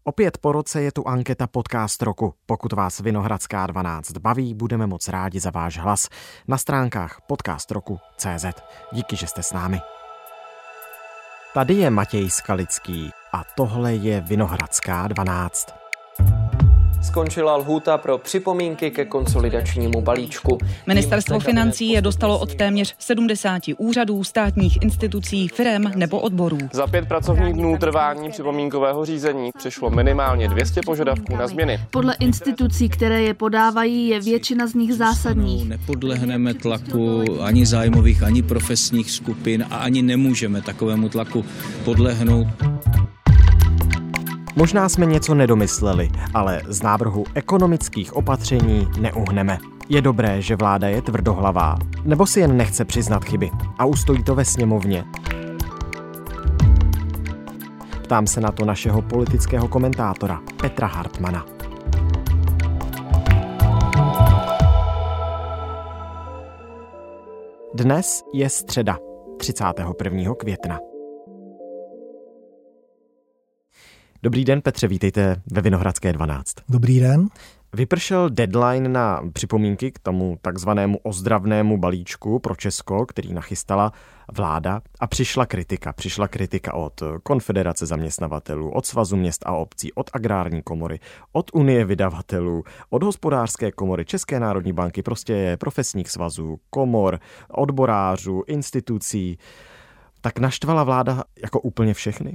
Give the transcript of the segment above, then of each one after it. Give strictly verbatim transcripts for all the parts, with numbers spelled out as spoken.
Opět po roce je tu anketa Podcast roku. Pokud vás Vinohradská dvanáct baví, budeme moc rádi za váš hlas na stránkách podcast roku tečka cé zet. Díky, že jste s námi. Tady je Matěj Skalický a tohle je Vinohradská dvanáct. Skončila lhůta pro připomínky ke konsolidačnímu balíčku. Ministerstvo financí je dostalo od téměř sedmdesáti úřadů, státních institucí, firem nebo odborů. Za pět pracovních dnů trvání připomínkového řízení přišlo minimálně dvě stě požadavků na změny. Podle institucí, které je podávají, je většina z nich zásadních. Nepodlehneme tlaku ani zájmových, ani profesních skupin a ani nemůžeme takovému tlaku podlehnout. Možná jsme něco nedomysleli, ale z návrhu ekonomických opatření neuhneme. Je dobré, že vláda je tvrdohlavá, nebo si jen nechce přiznat chyby a ustojí to ve sněmovně? Ptám se na to našeho politického komentátora Petra Hartmana. Dnes je středa, třicátého prvního května. Dobrý den, Petře, vítejte ve Vinohradské dvanáct. Dobrý den. Vypršel deadline na připomínky k tomu takzvanému ozdravnému balíčku pro Česko, který nachystala vláda, a přišla kritika. Přišla kritika od Konfederace zaměstnavatelů, od Svazu měst a obcí, od Agrární komory, od Unie vydavatelů, od Hospodářské komory, České národní banky, prostě profesních svazů, komor, odborářů, institucí. Tak naštvala vláda jako úplně všechny?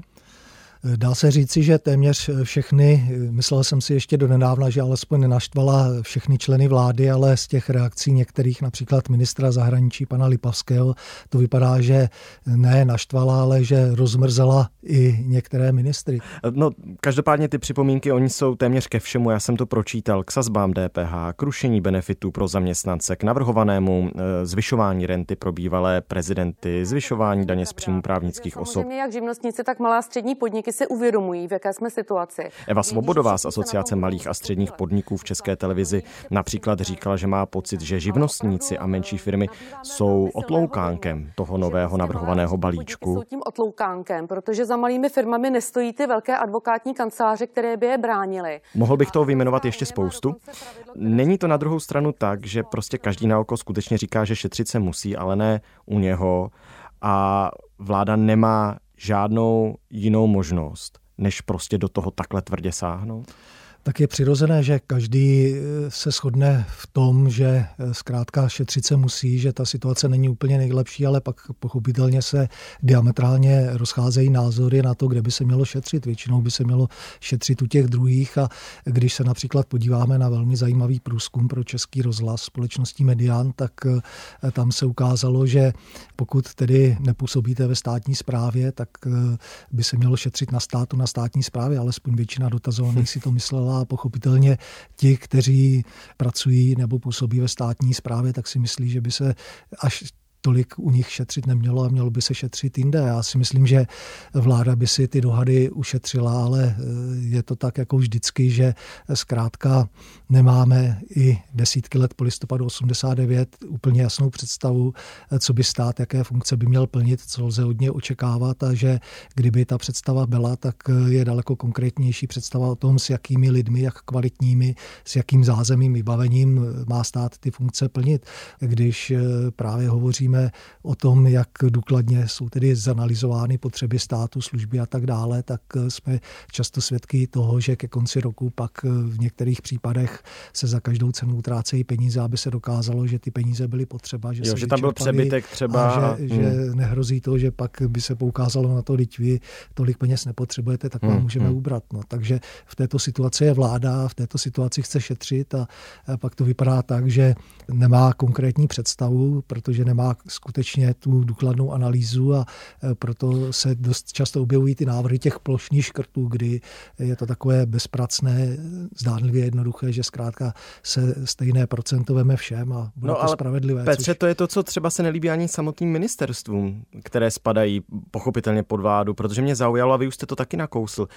Dá se říci, že téměř všechny, myslel jsem si ještě donedávna, že alespoň nenaštvala všechny členy vlády, ale z těch reakcí některých, například ministra zahraničí pana Lipavského, to vypadá, že ne naštvala, ale že rozmrzela i některé ministry. No, každopádně ty připomínky, oni jsou téměř ke všemu. Já jsem to pročítal, k sazbám D P H, k rušení benefitů pro zaměstnance, k navrhovanému zvyšování renty pro bývalé prezidenty, zvyšování daně z příjmů právnických osob. Samozřejmě jak živnostníci, tak malé a střední podniky si uvědomují, v jaké jsme situaci. Eva Svobodová z Asociace malých a středních podniků v České televizi například říkala, že má pocit, že živnostníci a menší firmy jsou otloukánkem toho nového navrhovaného balíčku. Jsou tím otloukánkem, protože za malými firmami nestojí ty velké advokátní kanceláře, které by je bránily. Mohl bych toho vyjmenovat ještě spoustu. Není to na druhou stranu tak, že prostě každý na oko skutečně říká, že šetřit se musí, ale ne u něho, a vláda nemá žádnou jinou možnost, než prostě do toho takhle tvrdě sáhnout? Tak je přirozené, že každý se shodne v tom, že zkrátka šetřit se musí, že ta situace není úplně nejlepší, ale pak pochopitelně se diametrálně rozcházejí názory na to, kde by se mělo šetřit. Většinou by se mělo šetřit u těch druhých, a když se například podíváme na velmi zajímavý průzkum pro Český rozhlas společností Median, tak tam se ukázalo, že pokud tedy nepůsobíte ve státní správě, tak by se mělo šetřit na státu, na státní správě, alespoň většina dotazovaných si to myslela. A pochopitelně ti, kteří pracují nebo působí ve státní správě, tak si myslí, že by se až tolik u nich šetřit nemělo a mělo by se šetřit jinde. Já si myslím, že vláda by si ty dohady ušetřila, ale je to tak jako vždycky, že zkrátka nemáme i desítky let po listopadu osmdesát devět úplně jasnou představu, co by stát, jaké funkce by měl plnit, co lze od něj očekávat, a že kdyby ta představa byla, tak je daleko konkrétnější představa o tom, s jakými lidmi, jak kvalitními, s jakým zázemím, vybavením má stát ty funkce plnit. Když právě hovoříme o tom, jak důkladně jsou tedy zanalyzovány potřeby státu, služby a tak dále, tak jsme často svědky toho, že ke konci roku pak v některých případech se za každou cenu utrácejí peníze, aby se dokázalo, že ty peníze byly potřeba, že, jo, se že tam byl přebytek třeba. A že, hmm. že nehrozí to, že pak by se poukázalo na to, když vy tolik peněz nepotřebujete, tak vám hmm. můžeme hmm. ubrat. No, takže v této situaci je vláda, v této situaci chce šetřit, a pak to vypadá tak, že nemá konkrétní představu, protože nemá skutečně tu důkladnou analýzu, a proto se dost často objevují ty návrhy těch plošných škrtů, kdy je to takové bezpracné, zdánlivě jednoduché, že zkrátka se stejné procento veme všem a bude no, to spravedlivé. Petře, což... to je to, co třeba se nelíbí ani samotným ministerstvům, které spadají pochopitelně pod vládu, protože mě zaujalo, a vy už jste to taky nakousl,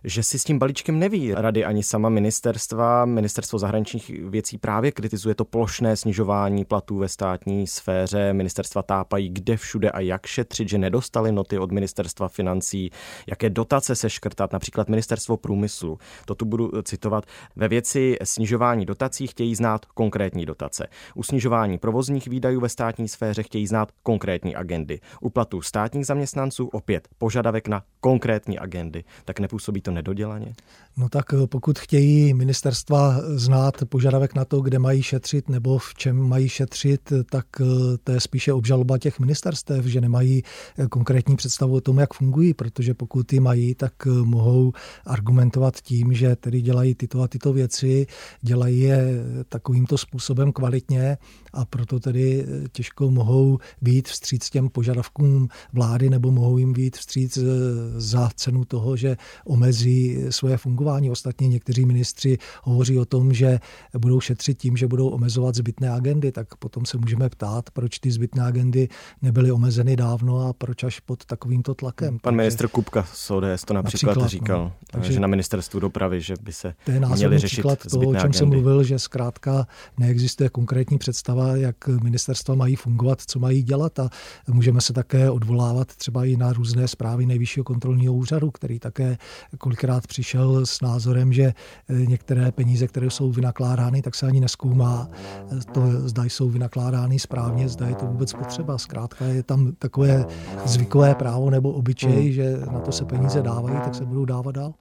že si s tím balíčkem neví rady ani sama ministerstva. Ministerstvo zahraničních věcí právě kritizuje to plošné snižování platů ve státní sféře. Ministerstva tápají, kde všude a jak šetřit, že nedostali noty od ministerstva financí, jaké dotace se škrtat, například ministerstvo průmyslu. To tu budu citovat. Ve věci snižování dotací chtějí znát konkrétní dotace. U snižování provozních výdajů ve státní sféře chtějí znát konkrétní agendy. U platů státních zaměstnanců opět požadavek na konkrétní agendy. Tak nepůsobí to nedodělaně? No tak pokud chtějí ministerstva znát požadavek na to, kde mají šetřit nebo v čem mají šetřit, tak to je spíše obžaloba těch ministerstev, že nemají konkrétní představu o tom, jak fungují, protože pokud ji mají, tak mohou argumentovat tím, že tedy dělají tyto a tyto věci, dělají je takovýmto způsobem kvalitně a proto tedy těžko mohou vyjít vstříc těm požadavkům vlády nebo mohou jim vyjít vstříc za cenu toho, že omezí svoje fungování. Ostatně někteří ministři hovoří o tom, že budou šetřit tím, že budou omezovat zbytné agendy, tak potom se můžeme ptát, proč ty zbytné agendy nebyly omezeny dávno a proč až pod takovýmto tlakem. Pan takže, ministr Kupka z O D S to například, například říkal, no, takže že na ministerstvu dopravy, že by se měli řešit toho, zbytné o čem agendy. jsem mluvil, že zkrátka neexistuje konkrétní představa, jak ministerstva mají fungovat, co mají dělat a můžeme se také odvolávat třeba i na různé zprávy Nejvyššího kontrolního úřadu, který také kolikrát přišel s názorem, že některé peníze, které jsou vynakládány, tak se ani nezkoumá. To zda jsou vynakládány správně, zda je to vůbec potřeba. Zkrátka je tam takové zvykové právo nebo obyčej, že na to se peníze dávají, tak se budou dávat dál.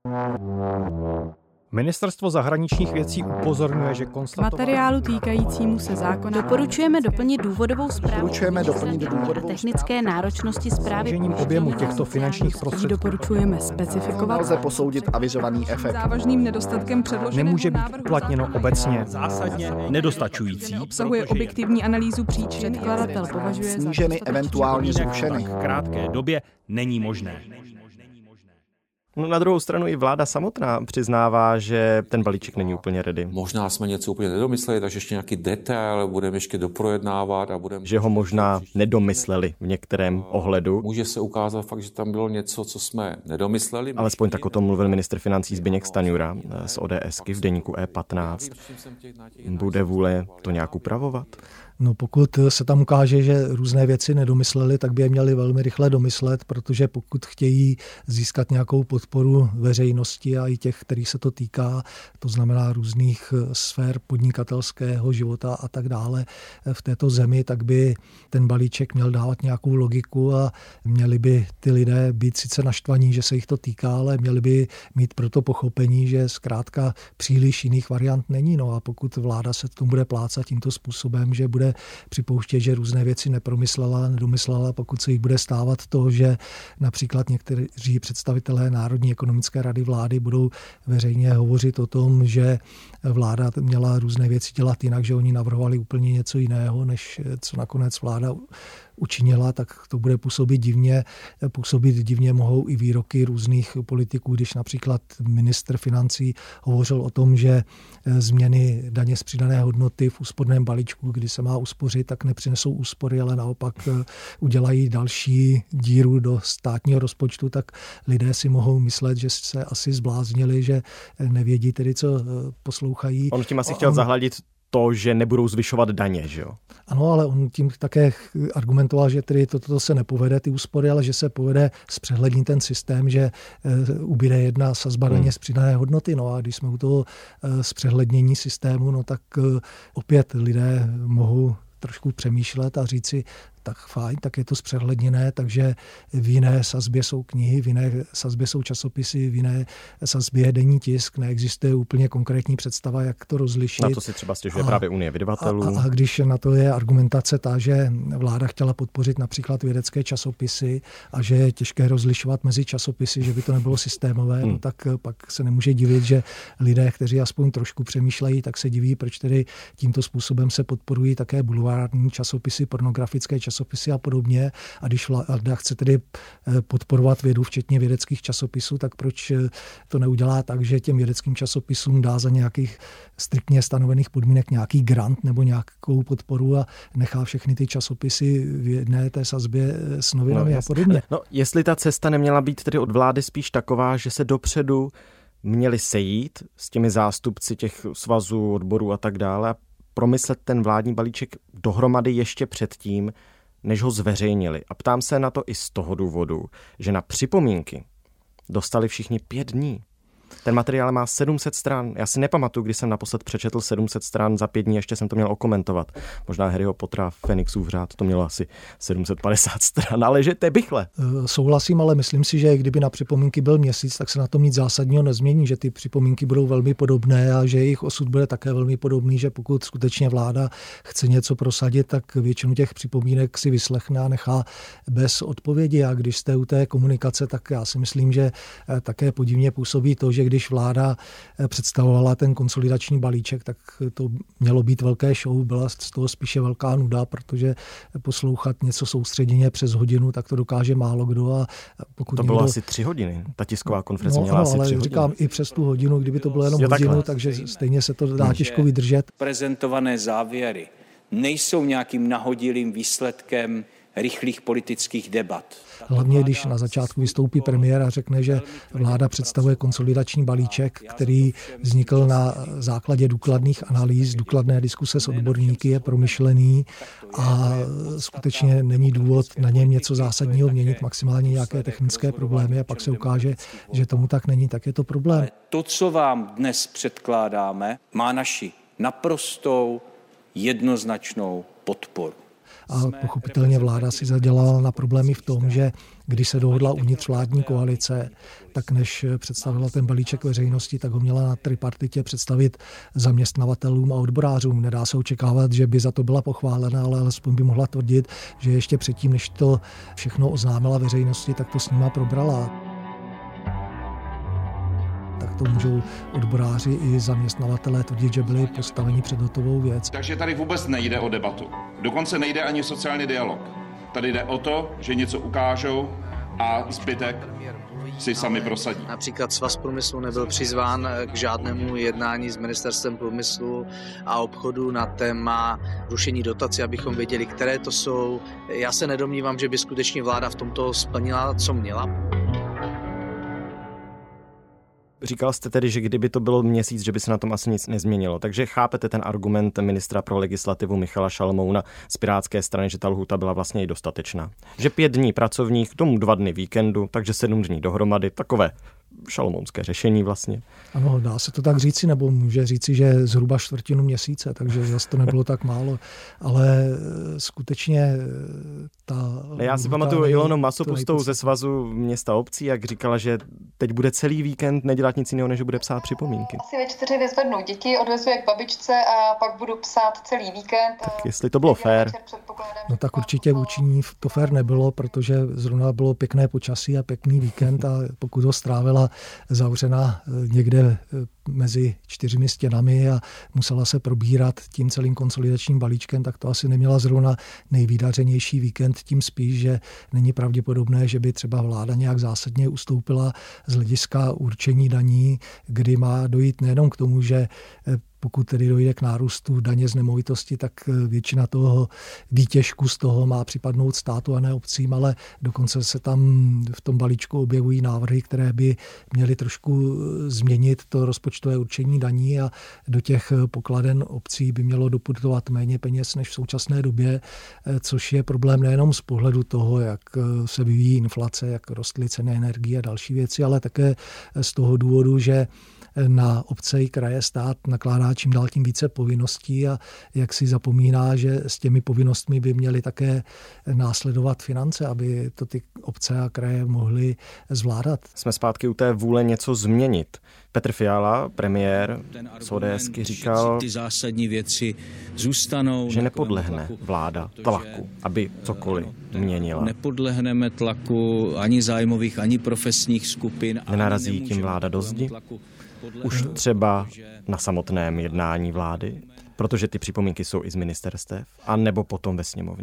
Ministerstvo zahraničních věcí upozorňuje, že konstatování materiálu týkajícímu se zákona doporučujeme doplnit důvodovou zprávu. Doporučujeme doplnit důvodovou technické náročnosti zprávy. Snížením objemu těchto finančních prostředků doporučujeme specifikovat. Nelze posoudit avizovaný efekt. Závažným nedostatkem předloženého nemůže být uplatněno obecně. Zásadně nedostačující. Obsahuje objektivní analýzu příčin. Předkladatel považuje sníženy, eventuálně zrušeny. V krátké době není možné. No, na druhou stranu i vláda samotná přiznává, že ten balíček není úplně ready. Možná jsme něco úplně nedomysleli, takže ještě nějaký detail budeme ještě doprojednávat a budeme... Že ho možná nedomysleli v některém ohledu. Může se ukázat fakt, že tam bylo něco, co jsme nedomysleli. Alespoň tak o tom mluvil ministr financí Zbyněk Stanjura z ODSky v deníku E patnáct. Bude vůle to nějak upravovat? No pokud se tam ukáže, že různé věci nedomysleli, tak by je měli velmi rychle domyslet, protože pokud chtějí získat nějakou podporu veřejnosti a i těch, kterých se to týká, to znamená různých sfér podnikatelského života a tak dále v této zemi, tak by ten balíček měl dávat nějakou logiku a měli by ty lidé být sice naštvaní, že se jich to týká, ale měli by mít proto pochopení, že zkrátka příliš jiných variant není. No a pokud vláda se tomu bude plácat tímto způsobem, že bude připouštět, že různé věci nepromyslela, nedomyslela, pokud se jich bude stávat to, že například někteří představitelé Národní ekonomické rady vlády budou veřejně hovořit o tom, že vláda měla různé věci dělat jinak, že oni navrhovali úplně něco jiného, než co nakonec vláda učinila, tak to bude působit divně. Působit divně mohou i výroky různých politiků, když například ministr financí hovořil o tom, že změny daně z přidané hodnoty v úsporném balíčku, kdy se má uspořit, tak nepřinesou úspory, ale naopak udělají další díru do státního rozpočtu, tak lidé si mohou myslet, že se asi zbláznili, že nevědí tedy, co poslouchají. On tím asi chtěl on... zahladit to, že nebudou zvyšovat daně, že jo? Ano, ale on tím také argumentoval, že tedy toto to se nepovede, ty úspory, ale že se povede zpřehlední ten systém, že ubyde jedna sazba daně hmm. z přidané hodnoty. No a když jsme u toho zpřehlednění systému, no tak opět lidé mohou trošku přemýšlet a říci, tak fajn, tak je to zpřehledněné, takže v jiné sazbě jsou knihy, v jiné sazbě jsou časopisy, v jiné sazbě je denní tisk, neexistuje úplně konkrétní představa, jak to rozlišit. Na to si třeba stěžuje a, právě Unie vydavatelů. A, a když na to je argumentace ta, že vláda chtěla podpořit například vědecké časopisy a že je těžké rozlišovat mezi časopisy, že by to nebylo systémové, hmm. no tak pak se nemůže divit, že lidé, kteří aspoň trošku přemýšlejí, tak se diví, proč tedy tímto způsobem se podporují také bulvární časopisy, pornografické časopisy, časopisy a podobně. A když vláda chce tedy podporovat vědu, včetně vědeckých časopisů, tak proč to neudělá tak, že těm vědeckým časopisům dá za nějakých striktně stanovených podmínek nějaký grant nebo nějakou podporu a nechá všechny ty časopisy v jedné té sazbě s novinami no, a podobně. No, jestli ta cesta neměla být tedy od vlády spíš taková, že se dopředu měli sejít s těmi zástupci těch svazů, odborů a tak dále a promyslet ten vládní balíček dohromady ještě předtím, než ho zveřejnili. A ptám se na to i z toho důvodu, že na připomínky dostali všichni pět dní. Ten materiál má sedm set stran. Já si nepamatuju, když jsem naposled přečetl sedm set stran za pět dní, ještě jsem to měl okomentovat. Možná Harryho Pottera, Fenixův řád, to mělo asi sedm set padesát stran, ale že to je bychle. Souhlasím, ale myslím si, že kdyby na připomínky byl měsíc, tak se na tom nic zásadního nezmění, že ty připomínky budou velmi podobné a že jejich osud bude také velmi podobný, že pokud skutečně vláda chce něco prosadit, tak většinu těch připomínek si vyslechne a nechá bez odpovědi. A když jste u té komunikace, tak já si myslím, že také podivně působí to, že když vláda představovala ten konsolidační balíček, tak to mělo být velké show, byla z toho spíše velká nuda, protože poslouchat něco soustředěně přes hodinu, tak to dokáže málo kdo. A pokud to bylo někdo... asi tři hodiny. Ta tisková konference no, měla no, asi ale tři hodiny. Říkám, i přes tu hodinu, kdyby to bylo jenom jo, hodinu, takhle. takže stejně se to dá těžko vydržet. Prezentované závěry nejsou nějakým nahodilým výsledkem rychlých politických debat. Hlavně, když na začátku vystoupí premiér a řekne, že vláda představuje konsolidační balíček, který vznikl na základě důkladných analýz, důkladné diskuse s odborníky, je promyšlený a skutečně není důvod na něm něco zásadního měnit, maximálně nějaké technické problémy a pak se ukáže, že tomu tak není, tak je to problém. To, co vám dnes předkládáme, má naši naprostou jednoznačnou podporu. A pochopitelně vláda si zadělala na problémy v tom, že když se dohodla uvnitř vládní koalice, tak než představila ten balíček veřejnosti, tak ho měla na tripartitě představit zaměstnavatelům a odborářům. Nedá se očekávat, že by za to byla pochválena, ale alespoň by mohla tvrdit, že ještě předtím, než to všechno oznámila veřejnosti, tak to s nima probrala. Tak to můžou odboráři i zaměstnavatelé tvrdit, že byli postaveni před hotovou věc. Takže tady vůbec nejde o debatu. Dokonce nejde ani sociální dialog. Tady jde o to, že něco ukážou a zbytek si sami prosadí. Například Svaz průmyslu nebyl přizván k žádnému jednání s ministerstvem průmyslu a obchodu na téma rušení dotací, abychom věděli, které to jsou. Já se nedomnívám, že by skutečně vláda v tomto splnila, co měla. Říkal jste tedy, že kdyby to bylo měsíc, že by se na tom asi nic nezměnilo. Takže chápete ten argument ministra pro legislativu Michala Šalomouna z Pirátské strany, že ta lhůta byla vlastně i dostatečná. Že pět dní pracovních, k tomu dva dny víkendu, takže sedm dní dohromady, takové šalomounské řešení vlastně. Ano, dá se to tak říci, nebo může říci, že zhruba čtvrtinu měsíce, takže zase to nebylo tak málo, ale skutečně ta... Já si pamatuju Ilonu Masopustovou ze Svazu města obcí, jak říkala, že teď bude celý víkend nedělat nic jiného, než bude psát připomínky. Asi ve čtyři vyzvednu děti, odvezu je k babičce a pak budu psát celý víkend. Tak jestli to bylo fér. No tak určitě vůči ní to fér nebylo, protože zrovna bylo pěkné počasí a pěkný víkend a pokud ho strávila zavřena někde mezi čtyřmi stěnami a musela se probírat tím celým konsolidačním balíčkem, tak to asi neměla zrovna nejvydařenější víkend, tím spíš, že není pravděpodobné, že by třeba vláda nějak zásadně ustoupila z hlediska určení daní, kdy má dojít nejenom k tomu, že pokud tedy dojde k nárůstu daně z nemovitosti, tak většina toho výtěžku z toho má připadnout státu a ne obcím, ale dokonce se tam v tom balíčku objevují návrhy, které by měly trošku změnit to rozpočtové určení daní a do těch pokladen obcí by mělo doputovat méně peněz než v současné době, což je problém nejenom z pohledu toho, jak se vyvíjí inflace, jak rostly ceny energie a další věci, ale také z toho důvodu, že na obce i kraje stát nakládá čím dál tím více povinností a jak si zapomíná, že s těmi povinnostmi by měly také následovat finance, aby to ty obce a kraje mohly zvládat. Jsme zpátky u té vůle něco změnit. Petr Fiala, premiér z ODSky, říkal, ty zásadní věci zůstanou, že nepodlehne vláda tlaku, aby cokoliv měnila. Nepodlehneme tlaku ani zájmových, ani profesních skupin. Nenarazí tím vláda do zdi? Už třeba na samotném jednání vlády, protože ty připomínky jsou i z ministerstev, a nebo potom ve sněmovně.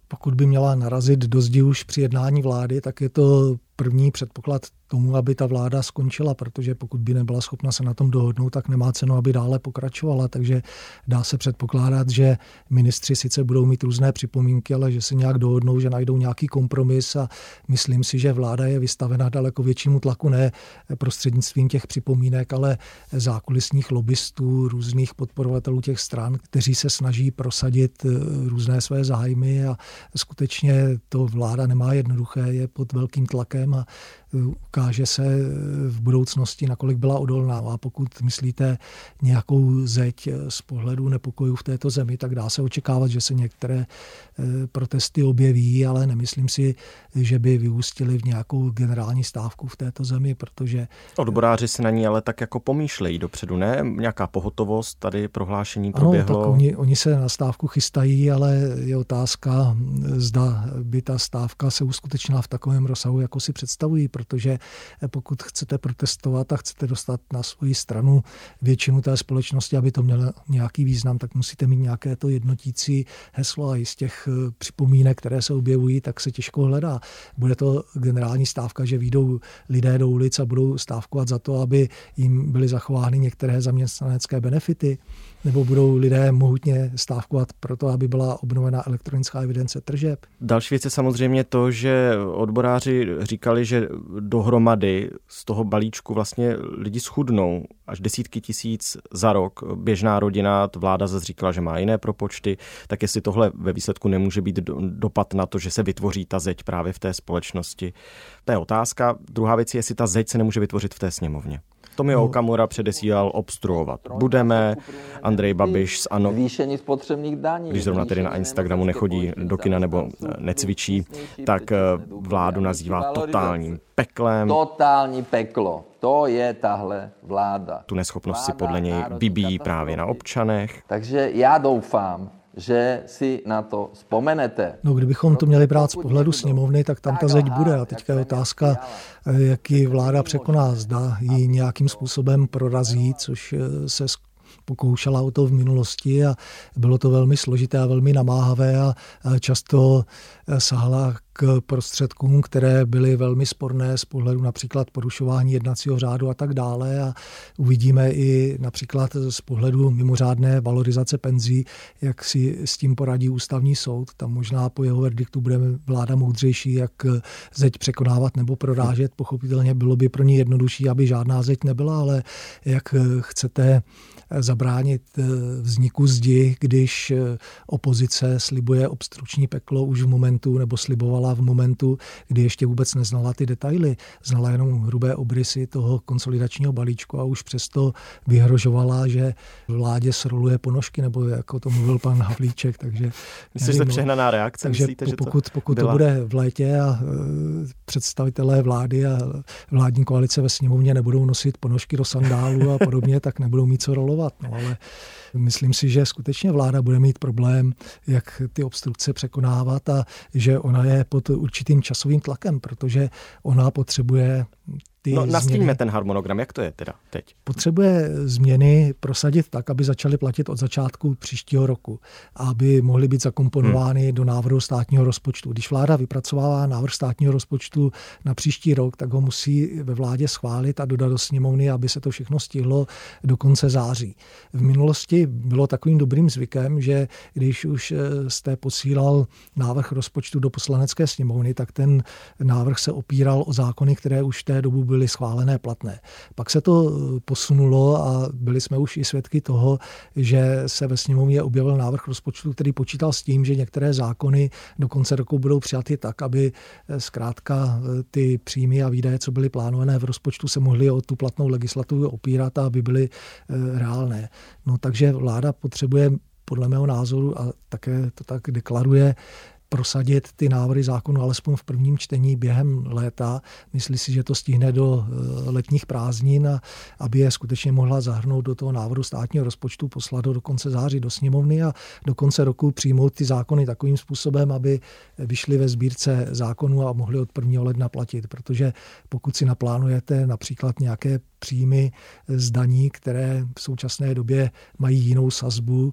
pokud by měla narazit do zdi už při jednání vlády, tak je to první předpoklad tomu, aby ta vláda skončila, protože pokud by nebyla schopna se na tom dohodnout, tak nemá cenu, aby dále pokračovala. Takže dá se předpokládat, že ministři sice budou mít různé připomínky, ale že se nějak dohodnou, že najdou nějaký kompromis a myslím si, že vláda je vystavena daleko většímu tlaku, ne prostřednictvím těch připomínek, ale zákulisních lobbystů, různých podporovatelů těch stran, kteří se snaží prosadit různé své zájmy a skutečně to vláda nemá jednoduché, je pod velkým tlakem a ukáže se v budoucnosti, nakolik byla odolná. A pokud myslíte nějakou zeď z pohledu nepokojů v této zemi, tak dá se očekávat, že se některé protesty objeví, ale nemyslím si, že by vyústily v nějakou generální stávku v této zemi, protože... Odboráři se na ní ale tak jako pomýšlejí dopředu, ne? Nějaká pohotovost, tady prohlášení proběhlo. Ano, tak oni, oni se na stávku chystají, ale je otázka, zda by ta stávka se uskutečnila v takovém rozsahu, jako si představují, protože pokud chcete protestovat a chcete dostat na svoji stranu většinu té společnosti, aby to mělo nějaký význam, tak musíte mít nějaké to jednotící heslo a i z těch připomínek, které se objevují, tak se těžko hledá. Bude to generální stávka, že vyjdou lidé do ulic a budou stávkovat za to, aby jim byly zachovány některé zaměstnanecké benefity, nebo budou lidé mohutně stávkovat proto, aby byla obnovena elektronická evidence tržeb. Další věc je samozřejmě to, že odboráři říkali, že dohromady z toho balíčku vlastně lidi schudnou až desítky tisíc za rok. Běžná rodina, vláda zase říkala, že má jiné propočty, tak jestli tohle ve výsledku nemůže být dopad na to, že se vytvoří ta zeď právě v té společnosti. To je otázka. Druhá věc je, jestli ta zeď se nemůže vytvořit v té sněmovně. Tomio Okamura předesílal obstruovat. Budeme, Andrej Babiš z ANO, zvýšení spotřebních daní. Když zrovna tedy na Instagramu nechodí do kina nebo necvičí, tak vládu nazývá totálním peklem. Totální peklo. To je tahle vláda. Tu neschopnost si podle něj vybíjí právě na občanech. Takže já doufám, že si na to vzpomenete. No, kdybychom to měli brát z pohledu sněmovny, tak tam ta zeď bude. A teďka je otázka, jak ji vláda překoná. Zda ji nějakým způsobem prorazí, což se pokoušela o to v minulosti a bylo to velmi složité a velmi namáhavé a často sahala k prostředkům, které byly velmi sporné z pohledu například porušování jednacího řádu a tak dále a uvidíme i například z pohledu mimořádné valorizace penzí, jak si s tím poradí ústavní soud. Tam možná po jeho verdiktu bude vláda moudřejší, jak zeď překonávat nebo prorážet. Pochopitelně bylo by pro ní jednodušší, aby žádná zeď nebyla, ale jak chcete zabránit vzniku zdi, když opozice slibuje obstrukční peklo už v momentu, nebo slibovala v momentu, kdy ještě vůbec neznala ty detaily. Znala jenom hrubé obrysy toho konsolidačního balíčku a už přesto vyhrožovala, že vládě sroluje ponožky, nebo jako to mluvil pan Havlíček. Takže myslíš, že přehnaná reakce? Takže myslíte, že pokud, to, pokud to bude v létě a představitelé vlády a vládní koalice ve sněmovně nebudou nosit ponožky do sandálu a podobně, tak nebudou mít co rolovat. No, ale myslím si, že skutečně vláda bude mít problém, jak ty obstrukce překonávat a že ona je pod určitým časovým tlakem, protože ona potřebuje ty no, nastíníme změny. ten harmonogram, jak to je teda teď? Potřebuje změny prosadit tak, aby začaly platit od začátku příštího roku, aby mohly být zakomponovány hmm. do návrhu státního rozpočtu. Když vláda vypracovává návrh státního rozpočtu na příští rok, tak ho musí ve vládě schválit a dodat do sněmovny, aby se to všechno stihlo do konce září. V minulosti bylo takovým dobrým zvykem, že když už jste posílal návrh rozpočtu do poslanecké sněmovny, tak ten návrh se opíral o zákony, které už v té dobu byly schválené platné. Pak se to posunulo a byli jsme už i svědky toho, že se ve sněmovně objevil návrh rozpočtu, který počítal s tím, že některé zákony do konce roku budou přijaty tak, aby zkrátka ty příjmy a výdaje, co byly plánované v rozpočtu, se mohly o tu platnou legislativu opírat a aby byly reálné. No takže vláda potřebuje podle mého názoru, a také to tak deklaruje, prosadit ty návrhy zákonu alespoň v prvním čtení během léta. Myslí si, že to stihne do letních prázdnin, a aby je skutečně mohla zahrnout do toho návrhu státního rozpočtu, poslat do konce září do sněmovny a do konce roku přijmout ty zákony takovým způsobem, aby vyšly ve sbírce zákonů a mohly od prvního ledna platit. Protože pokud si naplánujete například nějaké příjmy z daní, které v současné době mají jinou sazbu,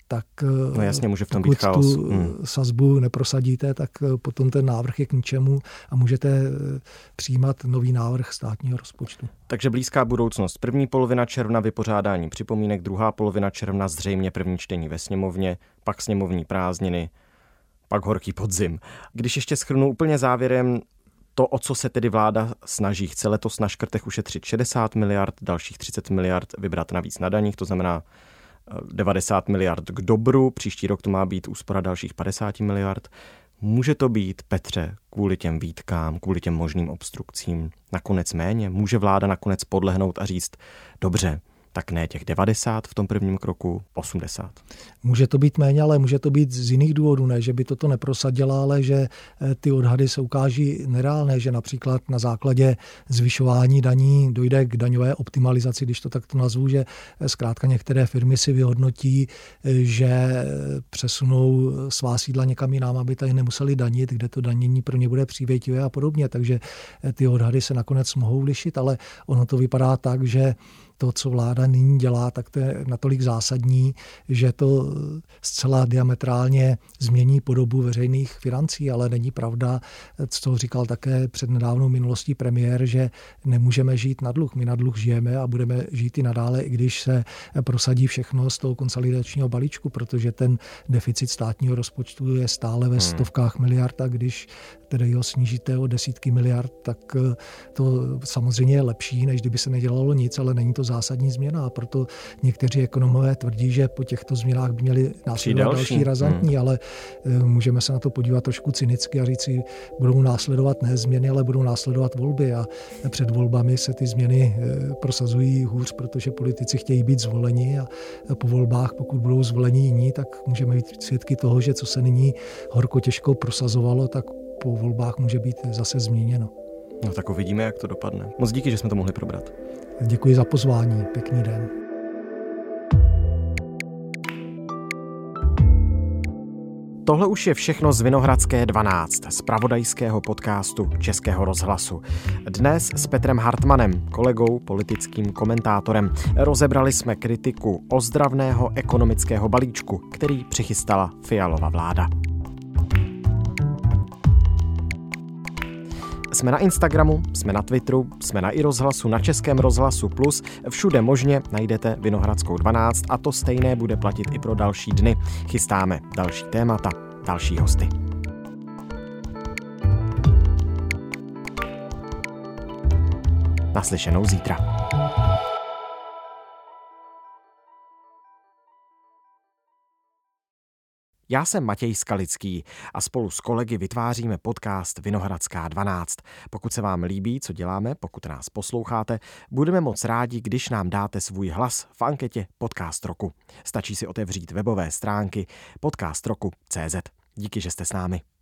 tak no jasně, může v tom pokud být chaos. tu hmm. sazbu neprosadíte, tak potom ten návrh je k ničemu a můžete přijímat nový návrh státního rozpočtu. Takže blízká budoucnost. První polovina června vypořádání připomínek, druhá polovina června zřejmě první čtení ve sněmovně, pak sněmovní prázdniny, pak horký podzim. Když ještě shrnu úplně závěrem to, o co se tedy vláda snaží. Chce letos na škrtech ušetřit šedesát miliard, dalších třicet miliard vybrat navíc na daních, to znamená devadesát miliard k dobru, příští rok to má být úspora dalších padesát miliard. Může to být, Petře, kvůli těm výtkám, kvůli těm možným obstrukcím nakonec méně? Může vláda nakonec podlehnout a říct, dobře, tak ne těch devadesát v tom prvním kroku, osmdesát. Může to být méně, ale může to být z jiných důvodů, ne, že by toto neprosadila, ale že ty odhady se ukáží nereálné, že například na základě zvyšování daní dojde k daňové optimalizaci, když to takto nazvu, že zkrátka některé firmy si vyhodnotí, že přesunou svá sídla někam jinam, aby tady nemuseli danit, kde to danění pro ně bude přívětivé a podobně, takže ty odhady se nakonec mohou lišit, ale ono to vypadá tak, že to, co vláda nyní dělá, tak to je natolik zásadní, že to zcela diametrálně změní podobu veřejných financí, ale není pravda, co říkal také před nedávnou minulostí premiér, že nemůžeme žít na dluh. My na dluh žijeme a budeme žít i nadále, i když se prosadí všechno z toho konsolidačního balíčku, protože ten deficit státního rozpočtu je stále ve stovkách miliard a když tedy ho snížíte o desítky miliard, tak to samozřejmě je lepší, než kdyby se nedělalo nic, ale není to zásadní změna a proto někteří ekonomové tvrdí, že po těchto změnách by měli následovat další, další razantní, hmm. ale můžeme se na to podívat trošku cynicky a říci, budou následovat ne změny, ale budou následovat volby a před volbami se ty změny prosazují hůř, protože politici chtějí být zvoleni a po volbách, pokud budou zvoleni jiní, tak můžeme být svědky toho, že co se nyní horko těžko prosazovalo, tak po volbách může být zase změněno. No tak uvidíme, jak to dopadne. Moc díky, že jsme to mohli probrat. Děkuji za pozvání. Pěkný den. Tohle už je všechno z Vinohradské dvanáct, z zpravodajského podcastu Českého rozhlasu. Dnes s Petrem Hartmanem, kolegou, politickým komentátorem, rozebrali jsme kritiku ozdravného ekonomického balíčku, který přichystala Fialova vláda. Jsme na Instagramu, jsme na Twitteru, jsme na iRozhlasu, na Českém rozhlasu Plus, všude možně najdete Vinohradskou dvanáct a to stejné bude platit i pro další dny. Chystáme další témata, další hosty. Naslyšenou zítra. Já jsem Matěj Skalický a spolu s kolegy vytváříme podcast Vinohradská dvanáct. Pokud se vám líbí, co děláme, pokud nás posloucháte, budeme moc rádi, když nám dáte svůj hlas v anketě Podcast roku. Stačí si otevřít webové stránky podcast roku tečka cé zet. Díky, že jste s námi.